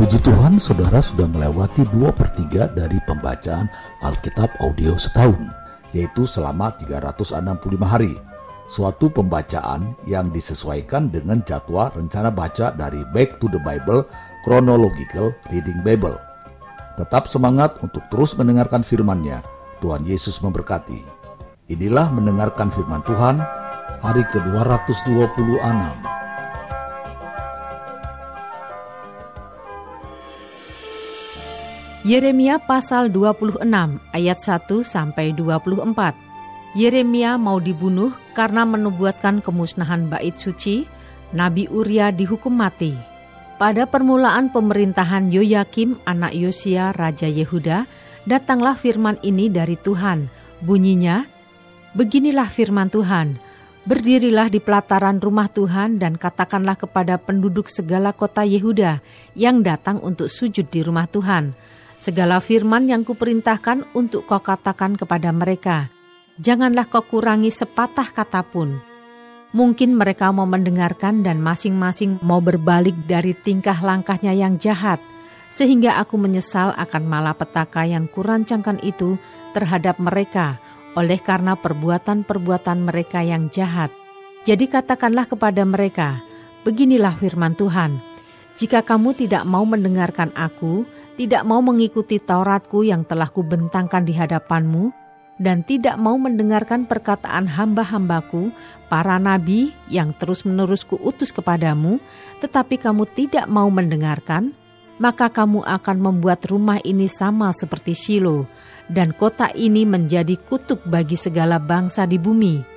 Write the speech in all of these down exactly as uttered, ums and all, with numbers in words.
Puji Tuhan, saudara sudah melewati dua per tiga dari pembacaan Alkitab audio setahun, yaitu selama tiga ratus enam puluh lima hari. Suatu pembacaan yang disesuaikan dengan jadwal rencana baca dari Back to the Bible Chronological Reading Bible. Tetap semangat untuk terus mendengarkan firman-Nya. Tuhan Yesus memberkati. Inilah mendengarkan firman Tuhan, hari ke dua ratus dua puluh enam. Yeremia pasal dua puluh enam ayat satu sampai dua puluh empat. Yeremia mau dibunuh karena menubuatkan kemusnahan bait suci. Nabi Uria dihukum mati. Pada permulaan pemerintahan Yoyakim anak Yosia raja Yehuda, datanglah firman ini dari Tuhan. Bunyinya, beginilah firman Tuhan, berdirilah di pelataran rumah Tuhan dan katakanlah kepada penduduk segala kota Yehuda yang datang untuk sujud di rumah Tuhan. Segala firman yang kuperintahkan untuk kau katakan kepada mereka, janganlah kau kurangi sepatah kata pun. Mungkin mereka mau mendengarkan dan masing-masing mau berbalik dari tingkah langkahnya yang jahat, sehingga aku menyesal akan malapetaka yang kurancangkan itu terhadap mereka, oleh karena perbuatan-perbuatan mereka yang jahat. Jadi katakanlah kepada mereka, beginilah firman Tuhan, jika kamu tidak mau mendengarkan aku, tidak mau mengikuti Tauratku yang telah kubentangkan di hadapanmu, dan tidak mau mendengarkan perkataan hamba-hambaku, para nabi yang terus-menerus kuutus kepadamu, tetapi kamu tidak mau mendengarkan, maka kamu akan membuat rumah ini sama seperti Shilo, dan kota ini menjadi kutuk bagi segala bangsa di bumi.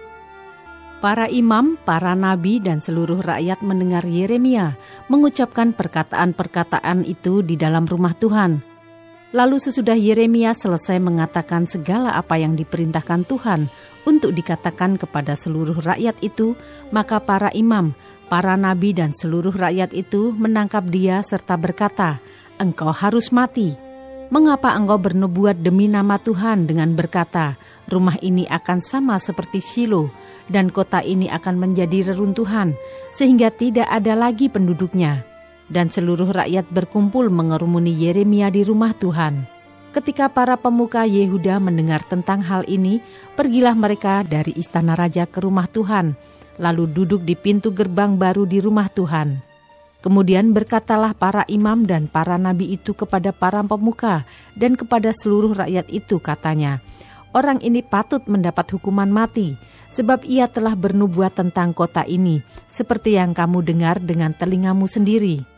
Para imam, para nabi, dan seluruh rakyat mendengar Yeremia mengucapkan perkataan-perkataan itu di dalam rumah Tuhan. Lalu sesudah Yeremia selesai mengatakan segala apa yang diperintahkan Tuhan untuk dikatakan kepada seluruh rakyat itu, maka para imam, para nabi, dan seluruh rakyat itu menangkap dia serta berkata, "Engkau harus mati. Mengapa engkau bernubuat demi nama Tuhan dengan berkata, rumah ini akan sama seperti Shilo, dan kota ini akan menjadi reruntuhan, sehingga tidak ada lagi penduduknya." Dan seluruh rakyat berkumpul mengerumuni Yeremia di rumah Tuhan. Ketika para pemuka Yehuda mendengar tentang hal ini, pergilah mereka dari istana raja ke rumah Tuhan, lalu duduk di pintu gerbang baru di rumah Tuhan. Kemudian berkatalah para imam dan para nabi itu kepada para pemuka dan kepada seluruh rakyat itu, katanya, "Orang ini patut mendapat hukuman mati, sebab ia telah bernubuat tentang kota ini, seperti yang kamu dengar dengan telingamu sendiri."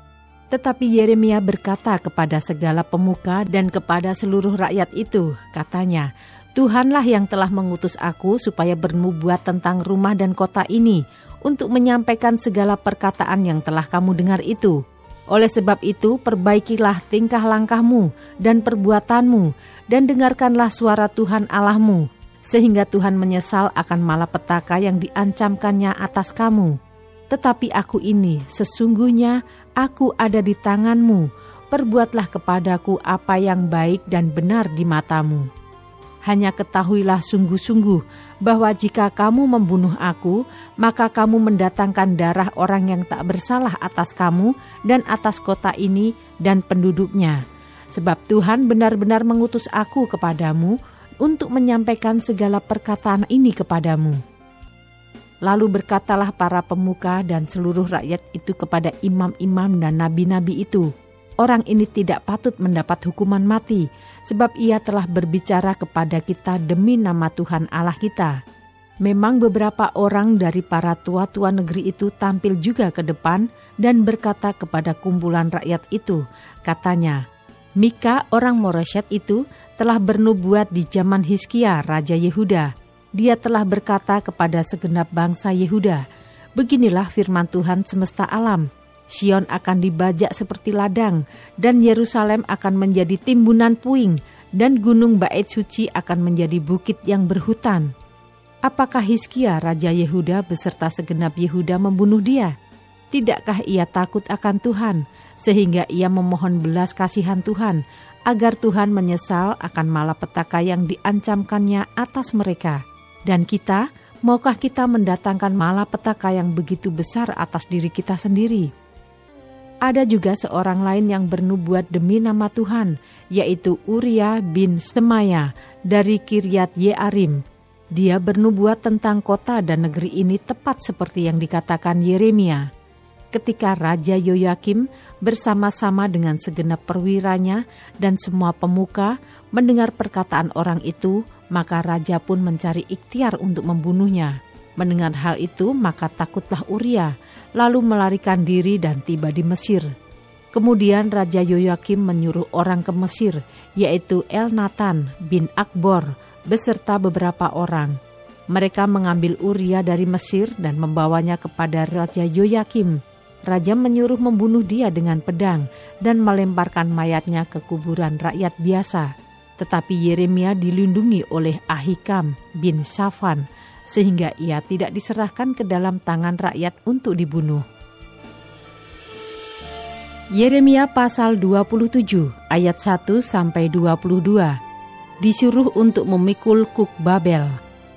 Tetapi Yeremia berkata kepada segala pemuka dan kepada seluruh rakyat itu, katanya, "Tuhanlah yang telah mengutus aku supaya bernubuat tentang rumah dan kota ini, untuk menyampaikan segala perkataan yang telah kamu dengar itu. Oleh sebab itu, perbaikilah tingkah langkahmu dan perbuatanmu, dan dengarkanlah suara Tuhan Allahmu, sehingga Tuhan menyesal akan malapetaka yang diancamkannya atas kamu. Tetapi aku ini, sesungguhnya aku ada di tanganmu, perbuatlah kepadaku apa yang baik dan benar di matamu. Hanya ketahuilah sungguh-sungguh bahwa jika kamu membunuh aku, maka kamu mendatangkan darah orang yang tak bersalah atas kamu dan atas kota ini dan penduduknya. Sebab Tuhan benar-benar mengutus aku kepadamu untuk menyampaikan segala perkataan ini kepadamu." Lalu berkatalah para pemuka dan seluruh rakyat itu kepada imam-imam dan nabi-nabi itu, "Orang ini tidak patut mendapat hukuman mati, sebab ia telah berbicara kepada kita demi nama Tuhan Allah kita." Memang beberapa orang dari para tua-tua negeri itu tampil juga ke depan dan berkata kepada kumpulan rakyat itu, katanya, "Mika orang Moreshet itu telah bernubuat di zaman Hizkia raja Yehuda. Dia telah berkata kepada segenap bangsa Yehuda, beginilah firman Tuhan semesta alam, Sion akan dibajak seperti ladang, dan Yerusalem akan menjadi timbunan puing, dan gunung bait suci akan menjadi bukit yang berhutan. Apakah Hizkia raja Yehuda beserta segenap Yehuda membunuh dia? Tidakkah ia takut akan Tuhan, sehingga ia memohon belas kasihan Tuhan, agar Tuhan menyesal akan malapetaka yang diancamkannya atas mereka? Dan kita, maukah kita mendatangkan malapetaka yang begitu besar atas diri kita sendiri?" Ada juga seorang lain yang bernubuat demi nama Tuhan, yaitu Uria bin Semaya dari Kiryat Yearim. Dia bernubuat tentang kota dan negeri ini tepat seperti yang dikatakan Yeremia. Ketika Raja Yoyakim bersama-sama dengan segenap perwiranya dan semua pemuka mendengar perkataan orang itu, maka raja pun mencari ikhtiar untuk membunuhnya. Mendengar hal itu, maka takutlah Uria, lalu melarikan diri dan tiba di Mesir. Kemudian Raja Yoyakim menyuruh orang ke Mesir, yaitu Elnatan bin Akbor, beserta beberapa orang. Mereka mengambil Uria dari Mesir dan membawanya kepada Raja Yoyakim. Raja menyuruh membunuh dia dengan pedang dan melemparkan mayatnya ke kuburan rakyat biasa. Tetapi Yeremia dilindungi oleh Ahikam bin Shafan, sehingga ia tidak diserahkan ke dalam tangan rakyat untuk dibunuh. Yeremia pasal dua puluh tujuh ayat satu sampai dua puluh dua. Disuruh untuk memikul kuk Babel.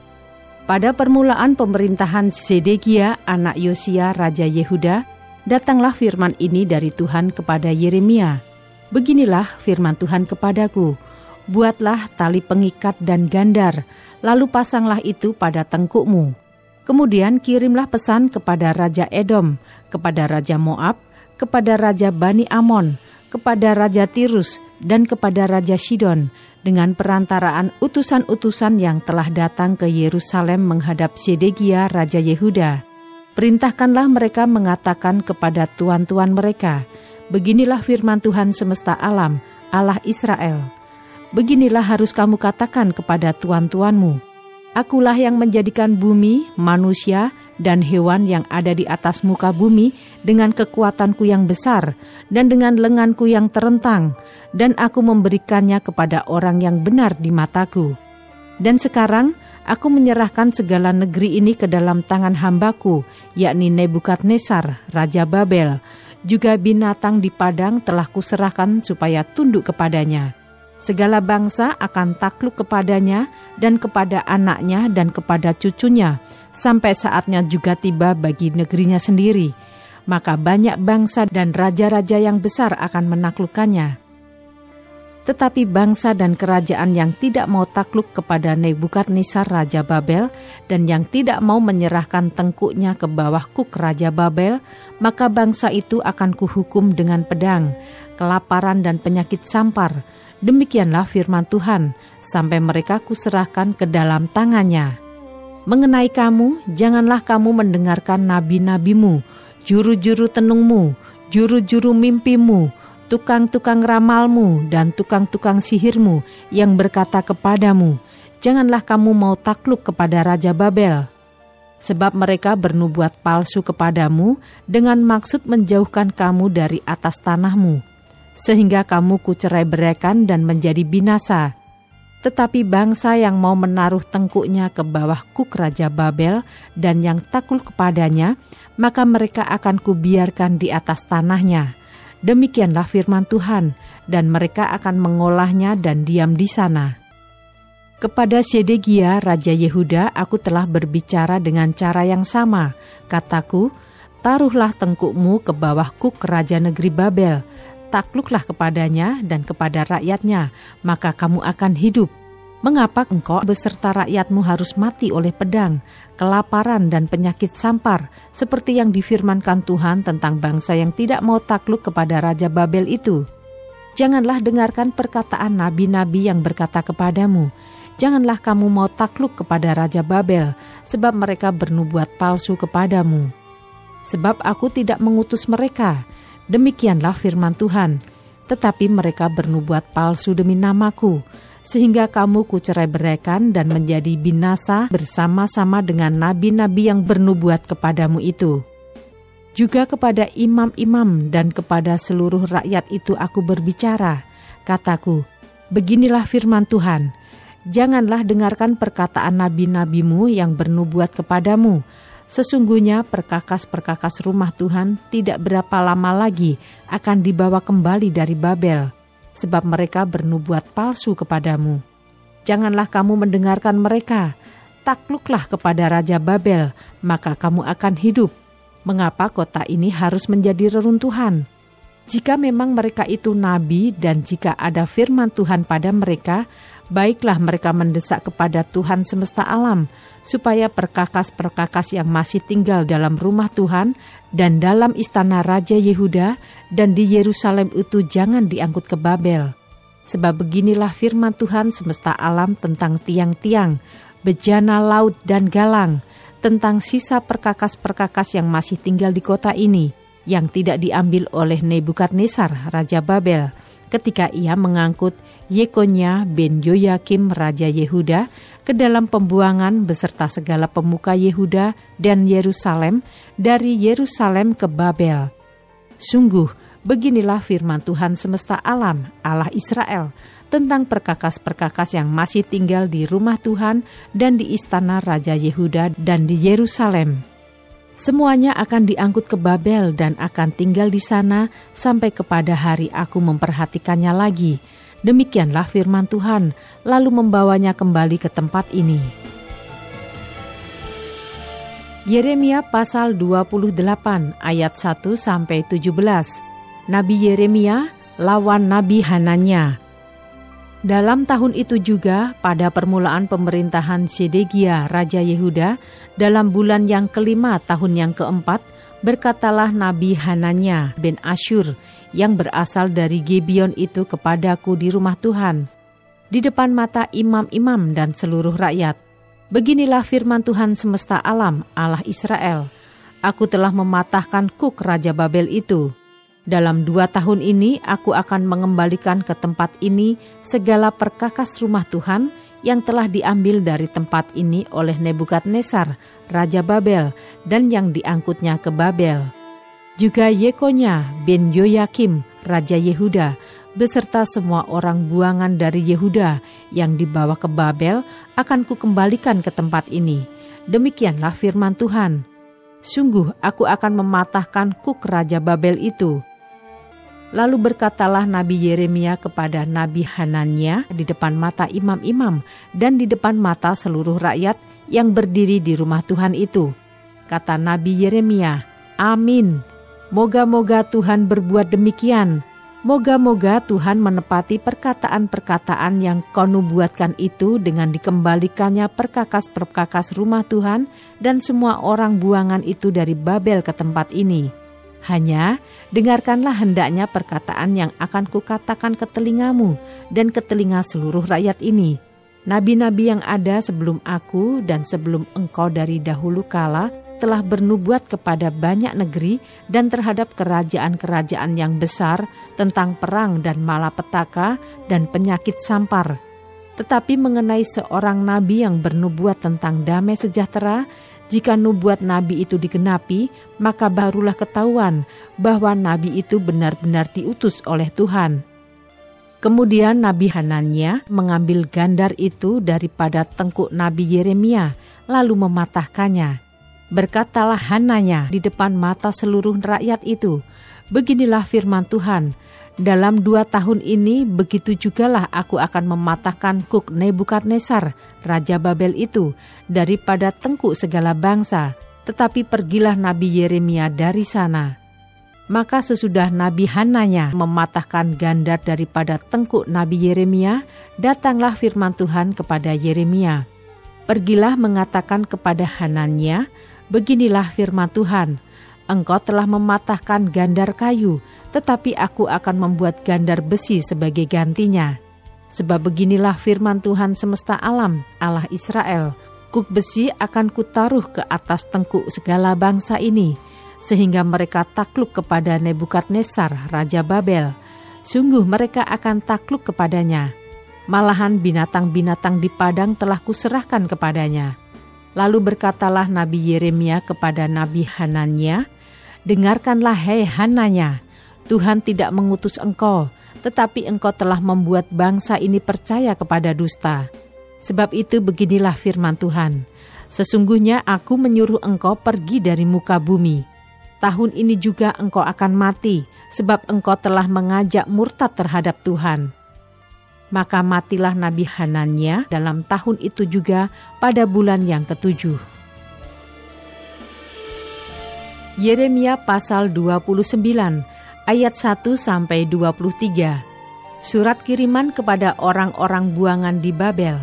Pada permulaan pemerintahan Sedekia anak Yosia raja Yehuda, datanglah firman ini dari Tuhan kepada Yeremia. Beginilah firman Tuhan kepadaku, buatlah tali pengikat dan gandar, lalu pasanglah itu pada tengkukmu. Kemudian kirimlah pesan kepada Raja Edom, kepada Raja Moab, kepada Raja Bani Amon, kepada Raja Tirus, dan kepada Raja Sidon, dengan perantaraan utusan-utusan yang telah datang ke Yerusalem menghadap Sedekia Raja Yehuda. Perintahkanlah mereka mengatakan kepada tuan-tuan mereka, beginilah firman Tuhan semesta alam, Allah Israel. Beginilah harus kamu katakan kepada tuan-tuanmu, akulah yang menjadikan bumi, manusia, dan hewan yang ada di atas muka bumi dengan kekuatanku yang besar dan dengan lenganku yang terentang, dan aku memberikannya kepada orang yang benar di mataku. Dan sekarang aku menyerahkan segala negeri ini ke dalam tangan hambaku, yakni Nebukadnezar, Raja Babel. Juga binatang di padang telah kuserahkan supaya tunduk kepadanya. Segala bangsa akan takluk kepadanya dan kepada anaknya dan kepada cucunya, sampai saatnya juga tiba bagi negerinya sendiri. Maka banyak bangsa dan raja-raja yang besar akan menaklukkannya. Tetapi bangsa dan kerajaan yang tidak mau takluk kepada Nebukadnezar Raja Babel dan yang tidak mau menyerahkan tengkuknya ke bawah kuk Raja Babel, maka bangsa itu akan kuhukum dengan pedang, kelaparan dan penyakit sampar. Demikianlah firman Tuhan, sampai mereka kuserahkan ke dalam tangannya. Mengenai kamu, janganlah kamu mendengarkan nabi-nabimu, juru-juru tenungmu, juru-juru mimpimu, tukang-tukang ramalmu, dan tukang-tukang sihirmu yang berkata kepadamu, janganlah kamu mau takluk kepada Raja Babel. Sebab mereka bernubuat palsu kepadamu dengan maksud menjauhkan kamu dari atas tanahmu, sehingga kamu kucerai-beraikan dan menjadi binasa. Tetapi bangsa yang mau menaruh tengkuknya ke bawah kuk Raja Babel dan yang takluk kepadanya, maka mereka akan kubiarkan di atas tanahnya. Demikianlah firman Tuhan, dan mereka akan mengolahnya dan diam di sana. Kepada Sedekia Raja Yehuda aku telah berbicara dengan cara yang sama. Kataku, taruhlah tengkukmu ke bawah kuk Raja negeri Babel, takluklah kepadanya dan kepada rakyatnya, maka kamu akan hidup. Mengapa engkau beserta rakyatmu harus mati oleh pedang, kelaparan dan penyakit sampar, seperti yang difirmankan Tuhan tentang bangsa yang tidak mau takluk kepada Raja Babel itu? Janganlah dengarkan perkataan nabi-nabi yang berkata kepadamu, janganlah kamu mau takluk kepada Raja Babel, sebab mereka bernubuat palsu kepadamu. Sebab aku tidak mengutus mereka, demikianlah firman Tuhan, tetapi mereka bernubuat palsu demi namaku, sehingga kamu kucerai-beraikan dan menjadi binasa bersama-sama dengan nabi-nabi yang bernubuat kepadamu itu. Juga kepada imam-imam dan kepada seluruh rakyat itu aku berbicara. Kataku, beginilah firman Tuhan, janganlah dengarkan perkataan nabi-nabimu yang bernubuat kepadamu. Sesungguhnya perkakas-perkakas rumah Tuhan tidak berapa lama lagi akan dibawa kembali dari Babel, sebab mereka bernubuat palsu kepadamu. Janganlah kamu mendengarkan mereka, takluklah kepada Raja Babel, maka kamu akan hidup. Mengapa kota ini harus menjadi reruntuhan? Jika memang mereka itu nabi dan jika ada firman Tuhan pada mereka, baiklah mereka mendesak kepada Tuhan semesta alam, supaya perkakas-perkakas yang masih tinggal dalam rumah Tuhan dan dalam istana Raja Yehuda dan di Yerusalem itu jangan diangkut ke Babel. Sebab beginilah firman Tuhan semesta alam tentang tiang-tiang, bejana laut dan galang, tentang sisa perkakas-perkakas yang masih tinggal di kota ini, yang tidak diambil oleh Nebukadnezar Raja Babel, ketika ia mengangkut Yekonya bin Yoyakim Raja Yehuda ke dalam pembuangan beserta segala pemuka Yehuda dan Yerusalem dari Yerusalem ke Babel. Sungguh, beginilah firman Tuhan semesta alam, Allah Israel, tentang perkakas-perkakas yang masih tinggal di rumah Tuhan dan di istana Raja Yehuda dan di Yerusalem. Semuanya akan diangkut ke Babel dan akan tinggal di sana sampai kepada hari aku memperhatikannya lagi. Demikianlah firman Tuhan, lalu membawanya kembali ke tempat ini. Yeremia pasal dua puluh delapan ayat satu sampai tujuh belas. Nabi Yeremia lawan Nabi Hananya. Dalam tahun itu juga, pada permulaan pemerintahan Sedekia Raja Yehuda, dalam bulan yang kelima tahun yang keempat, berkatalah Nabi Hananya bin Asyur yang berasal dari Gibeon itu kepadaku di rumah Tuhan, di depan mata imam-imam dan seluruh rakyat. Beginilah firman Tuhan semesta alam, Allah Israel. Aku telah mematahkan kuk Raja Babel itu. Dalam dua tahun ini aku akan mengembalikan ke tempat ini segala perkakas rumah Tuhan yang telah diambil dari tempat ini oleh Nebukadnezar, Raja Babel, dan yang diangkutnya ke Babel. Juga Yekonya bin Yoyakim, Raja Yehuda, beserta semua orang buangan dari Yehuda yang dibawa ke Babel akan kukembalikan ke tempat ini. Demikianlah firman Tuhan. Sungguh aku akan mematahkan kuk Raja Babel itu. Lalu berkatalah Nabi Yeremia kepada Nabi Hananya di depan mata imam-imam dan di depan mata seluruh rakyat yang berdiri di rumah Tuhan itu. Kata Nabi Yeremia, Amin. Moga-moga Tuhan berbuat demikian. Moga-moga Tuhan menepati perkataan-perkataan yang kau nubuatkan itu dengan dikembalikannya perkakas-perkakas rumah Tuhan dan semua orang buangan itu dari Babel ke tempat ini. Hanya dengarkanlah hendaknya perkataan yang akan kukatakan ke telingamu dan ke telinga seluruh rakyat ini. Nabi-nabi yang ada sebelum aku dan sebelum engkau dari dahulu kala telah bernubuat kepada banyak negeri dan terhadap kerajaan-kerajaan yang besar tentang perang dan malapetaka dan penyakit sampar. Tetapi mengenai seorang nabi yang bernubuat tentang damai sejahtera, jika nubuat nabi itu digenapi, maka barulah ketahuan bahwa nabi itu benar-benar diutus oleh Tuhan. Kemudian Nabi Hananya mengambil gandar itu daripada tengkuk Nabi Yeremia, lalu mematahkannya. Berkatalah Hananya di depan mata seluruh rakyat itu, beginilah firman Tuhan, dalam dua tahun ini begitu jugalah aku akan mematahkan kuk Nebukadnezar, Raja Babel itu, daripada tengkuk segala bangsa, tetapi pergilah Nabi Yeremia dari sana. Maka sesudah Nabi Hananya mematahkan gandar daripada tengkuk Nabi Yeremia, datanglah firman Tuhan kepada Yeremia. Pergilah mengatakan kepada Hananya, beginilah firman Tuhan, engkau telah mematahkan gandar kayu, tetapi aku akan membuat gandar besi sebagai gantinya. Sebab beginilah firman Tuhan semesta alam, Allah Israel, kuk besi akan kutaruh ke atas tengkuk segala bangsa ini, sehingga mereka takluk kepada Nebukadnezar, Raja Babel. Sungguh mereka akan takluk kepadanya. Malahan binatang-binatang di padang telah kuserahkan kepadanya. Lalu berkatalah Nabi Yeremia kepada Nabi Hananya, dengarkanlah hai Hananya, Tuhan tidak mengutus engkau, tetapi engkau telah membuat bangsa ini percaya kepada dusta. Sebab itu beginilah firman Tuhan, sesungguhnya aku menyuruh engkau pergi dari muka bumi. Tahun ini juga engkau akan mati, sebab engkau telah mengajak murtad terhadap Tuhan. Maka matilah Nabi Hananya dalam tahun itu juga pada bulan yang ketujuh. Yeremia pasal dua puluh sembilan ayat satu sampai dua puluh tiga. Surat kiriman kepada orang-orang buangan di Babel.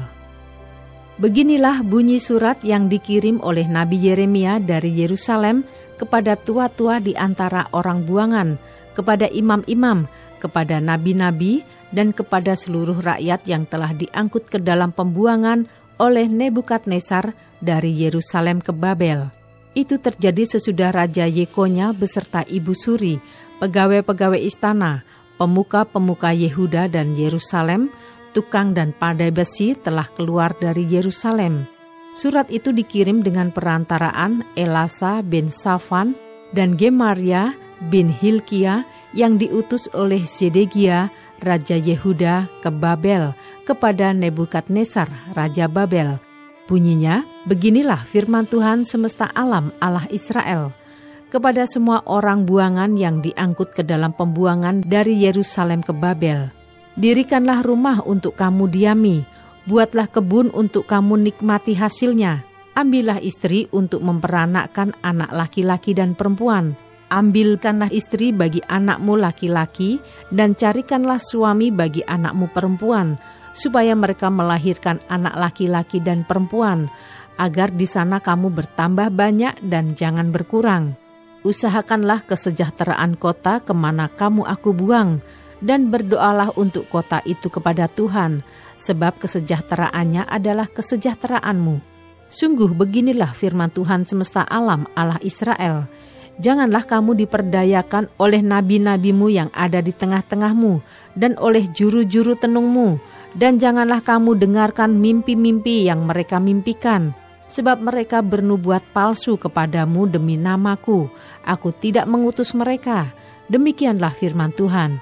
Beginilah bunyi surat yang dikirim oleh Nabi Yeremia dari Yerusalem kepada tua-tua di antara orang buangan, kepada imam-imam, kepada nabi-nabi, dan kepada seluruh rakyat yang telah diangkut ke dalam pembuangan oleh Nebukadnezar dari Yerusalem ke Babel. Itu terjadi sesudah Raja Yekonya beserta Ibu Suri, pegawai-pegawai istana, pemuka-pemuka Yehuda dan Yerusalem, tukang dan pandai besi telah keluar dari Yerusalem. Surat itu dikirim dengan perantaraan Elasa bin Safan dan Gemaria bin Hilkia yang diutus oleh Zedekia, Raja Yehuda ke Babel, kepada Nebukadnezar, Raja Babel. Bunyinya, beginilah firman Tuhan semesta alam Allah Israel, kepada semua orang buangan yang diangkut ke dalam pembuangan dari Yerusalem ke Babel. Dirikanlah rumah untuk kamu diami, buatlah kebun untuk kamu nikmati hasilnya. Ambillah istri untuk memperanakkan anak laki-laki dan perempuan. Ambilkanlah istri bagi anakmu laki-laki dan carikanlah suami bagi anakmu perempuan, supaya mereka melahirkan anak laki-laki dan perempuan, agar di sana kamu bertambah banyak dan jangan berkurang. Usahakanlah kesejahteraan kota kemana kamu aku buang, dan berdoalah untuk kota itu kepada Tuhan, sebab kesejahteraannya adalah kesejahteraanmu. Sungguh beginilah firman Tuhan semesta alam Allah Israel, janganlah kamu diperdayakan oleh nabi-nabimu yang ada di tengah-tengahmu, dan oleh juru-juru tenungmu, dan janganlah kamu dengarkan mimpi-mimpi yang mereka mimpikan, sebab mereka bernubuat palsu kepadamu demi namaku. Aku tidak mengutus mereka. Demikianlah firman Tuhan.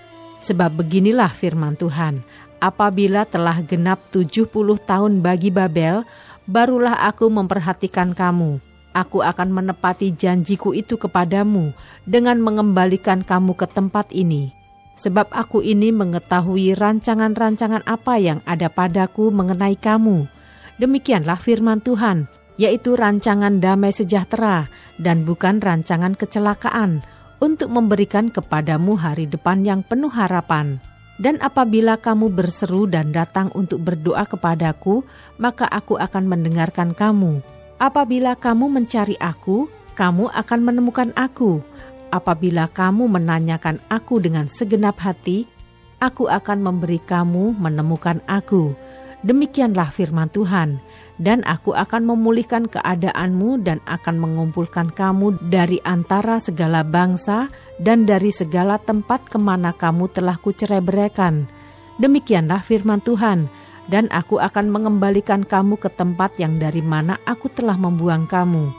Sebab beginilah firman Tuhan, apabila telah genap tujuh puluh tahun bagi Babel, barulah aku memperhatikan kamu. Aku akan menepati janjiku itu kepadamu dengan mengembalikan kamu ke tempat ini. Sebab aku ini mengetahui rancangan-rancangan apa yang ada padaku mengenai kamu. Demikianlah firman Tuhan, yaitu rancangan damai sejahtera dan bukan rancangan kecelakaan, untuk memberikan kepadamu hari depan yang penuh harapan. Dan apabila kamu berseru dan datang untuk berdoa kepadaku, maka aku akan mendengarkan kamu. Apabila kamu mencari aku, kamu akan menemukan aku. Apabila kamu menanyakan aku dengan segenap hati, aku akan memberi kamu menemukan aku. Demikianlah firman Tuhan. Dan aku akan memulihkan keadaanmu dan akan mengumpulkan kamu dari antara segala bangsa dan dari segala tempat kemana kamu telah kucerai-beraikan. Demikianlah firman Tuhan, dan aku akan mengembalikan kamu ke tempat yang dari mana aku telah membuang kamu.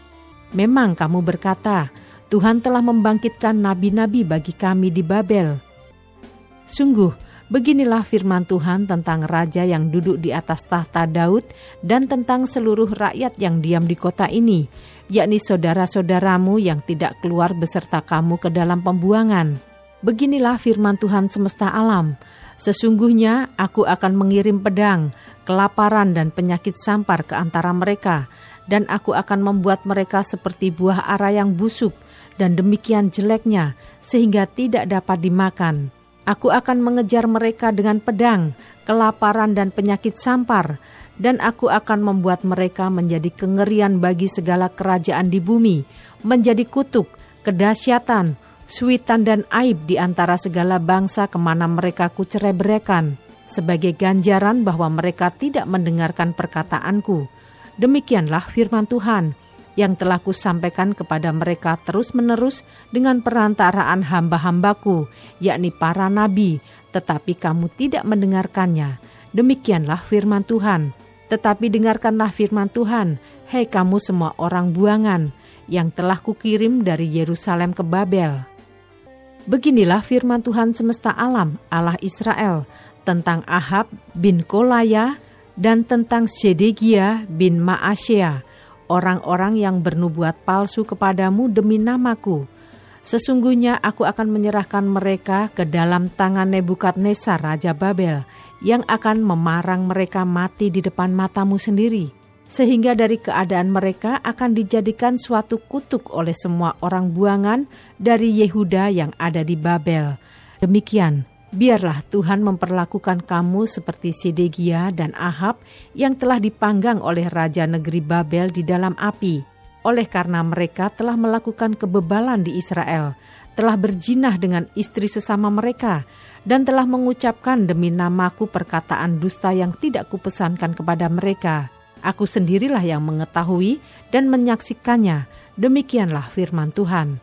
Memang kamu berkata, Tuhan telah membangkitkan nabi-nabi bagi kami di Babel. Sungguh, beginilah firman Tuhan tentang raja yang duduk di atas tahta Daud dan tentang seluruh rakyat yang diam di kota ini, yakni saudara-saudaramu yang tidak keluar beserta kamu ke dalam pembuangan. Beginilah firman Tuhan semesta alam, sesungguhnya aku akan mengirim pedang, kelaparan dan penyakit sampar ke antara mereka, dan aku akan membuat mereka seperti buah ara yang busuk dan demikian jeleknya sehingga tidak dapat dimakan. Aku akan mengejar mereka dengan pedang, kelaparan dan penyakit sampar, dan aku akan membuat mereka menjadi kengerian bagi segala kerajaan di bumi, menjadi kutuk, kedahsyatan, suitan dan aib di antara segala bangsa kemana mereka kucerai-beraikan, sebagai ganjaran bahwa mereka tidak mendengarkan perkataanku. Demikianlah firman Tuhan, yang telah kusampaikan kepada mereka terus-menerus dengan perantaraan hamba-hambaku, yakni para nabi, tetapi kamu tidak mendengarkannya. Demikianlah firman Tuhan. Tetapi dengarkanlah firman Tuhan, hei kamu semua orang buangan, yang telah kukirim dari Yerusalem ke Babel. Beginilah firman Tuhan semesta alam, Allah Israel, tentang Ahab bin Kolaya dan tentang Zedekia bin Maasyia, orang-orang yang bernubuat palsu kepadamu demi namaku. Sesungguhnya aku akan menyerahkan mereka ke dalam tangan Nebukadnezar Raja Babel, yang akan memarang mereka mati di depan matamu sendiri. sehingga dari keadaan mereka akan dijadikan suatu kutuk oleh semua orang buangan dari Yehuda yang ada di Babel. Demikian, biarlah Tuhan memperlakukan kamu seperti Sedekia dan Ahab yang telah dipanggang oleh raja negeri Babel di dalam api, oleh karena mereka telah melakukan kebebalan di Israel, telah berjinah dengan istri sesama mereka, dan telah mengucapkan demi namaku perkataan dusta yang tidak kupesankan kepada mereka. Aku sendirilah yang mengetahui dan menyaksikannya. Demikianlah firman Tuhan.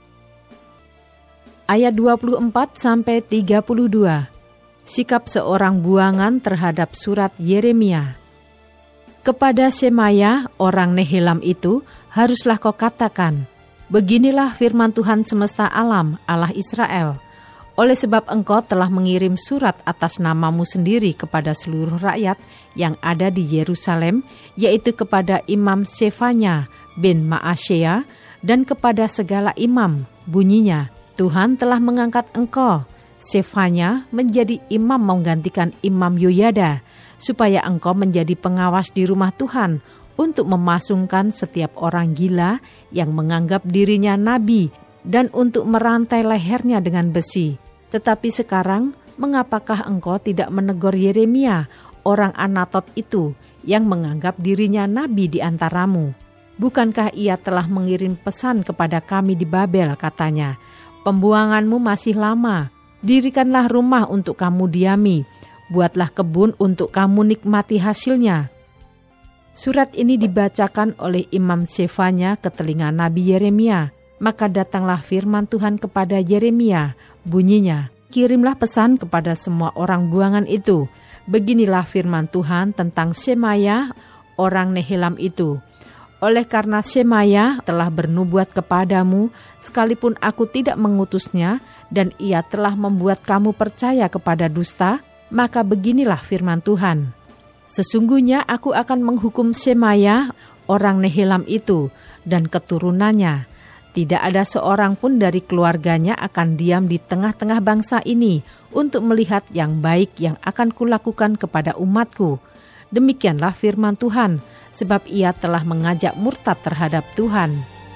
Ayat dua puluh empat sampai tiga puluh dua. Sikap seorang buangan terhadap surat Yeremia. Kepada Semaya, orang Nehelam itu, haruslah kau katakan, beginilah firman Tuhan semesta alam, Allah Israel. Oleh sebab engkau telah mengirim surat atas namamu sendiri kepada seluruh rakyat yang ada di Yerusalem, yaitu kepada Imam Sefanya bin Maaseiah dan kepada segala imam, bunyinya, Tuhan telah mengangkat engkau, Sefanya, menjadi imam menggantikan Imam Yoyada, supaya engkau menjadi pengawas di rumah Tuhan untuk memasungkan setiap orang gila yang menganggap dirinya nabi dan untuk merantai lehernya dengan besi. Tetapi sekarang, mengapakah engkau tidak menegur Yeremia, orang Anatot itu, yang menganggap dirinya nabi di antaramu? Bukankah ia telah mengirim pesan kepada kami di Babel, katanya, pembuanganmu masih lama, dirikanlah rumah untuk kamu diami, buatlah kebun untuk kamu nikmati hasilnya. Surat ini dibacakan oleh Imam Sefanya ke telinga Nabi Yeremia. Maka datanglah firman Tuhan kepada Yeremia, bunyinya, kirimlah pesan kepada semua orang buangan itu. Beginilah firman Tuhan tentang Semaya, orang Nehelam itu. Oleh karena Semaya telah bernubuat kepadamu, sekalipun aku tidak mengutusnya, dan ia telah membuat kamu percaya kepada dusta, maka beginilah firman Tuhan. Sesungguhnya aku akan menghukum Semaya, orang Nehelam itu, dan keturunannya. Tidak ada seorang pun dari keluarganya akan diam di tengah-tengah bangsa ini untuk melihat yang baik yang akan kulakukan kepada umatku. Demikianlah firman Tuhan, sebab ia telah mengajak murtad terhadap Tuhan.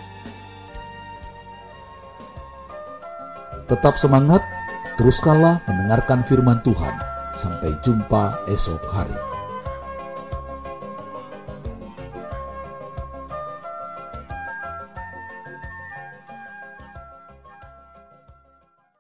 Tetap semangat, teruskanlah mendengarkan firman Tuhan. Sampai jumpa esok hari.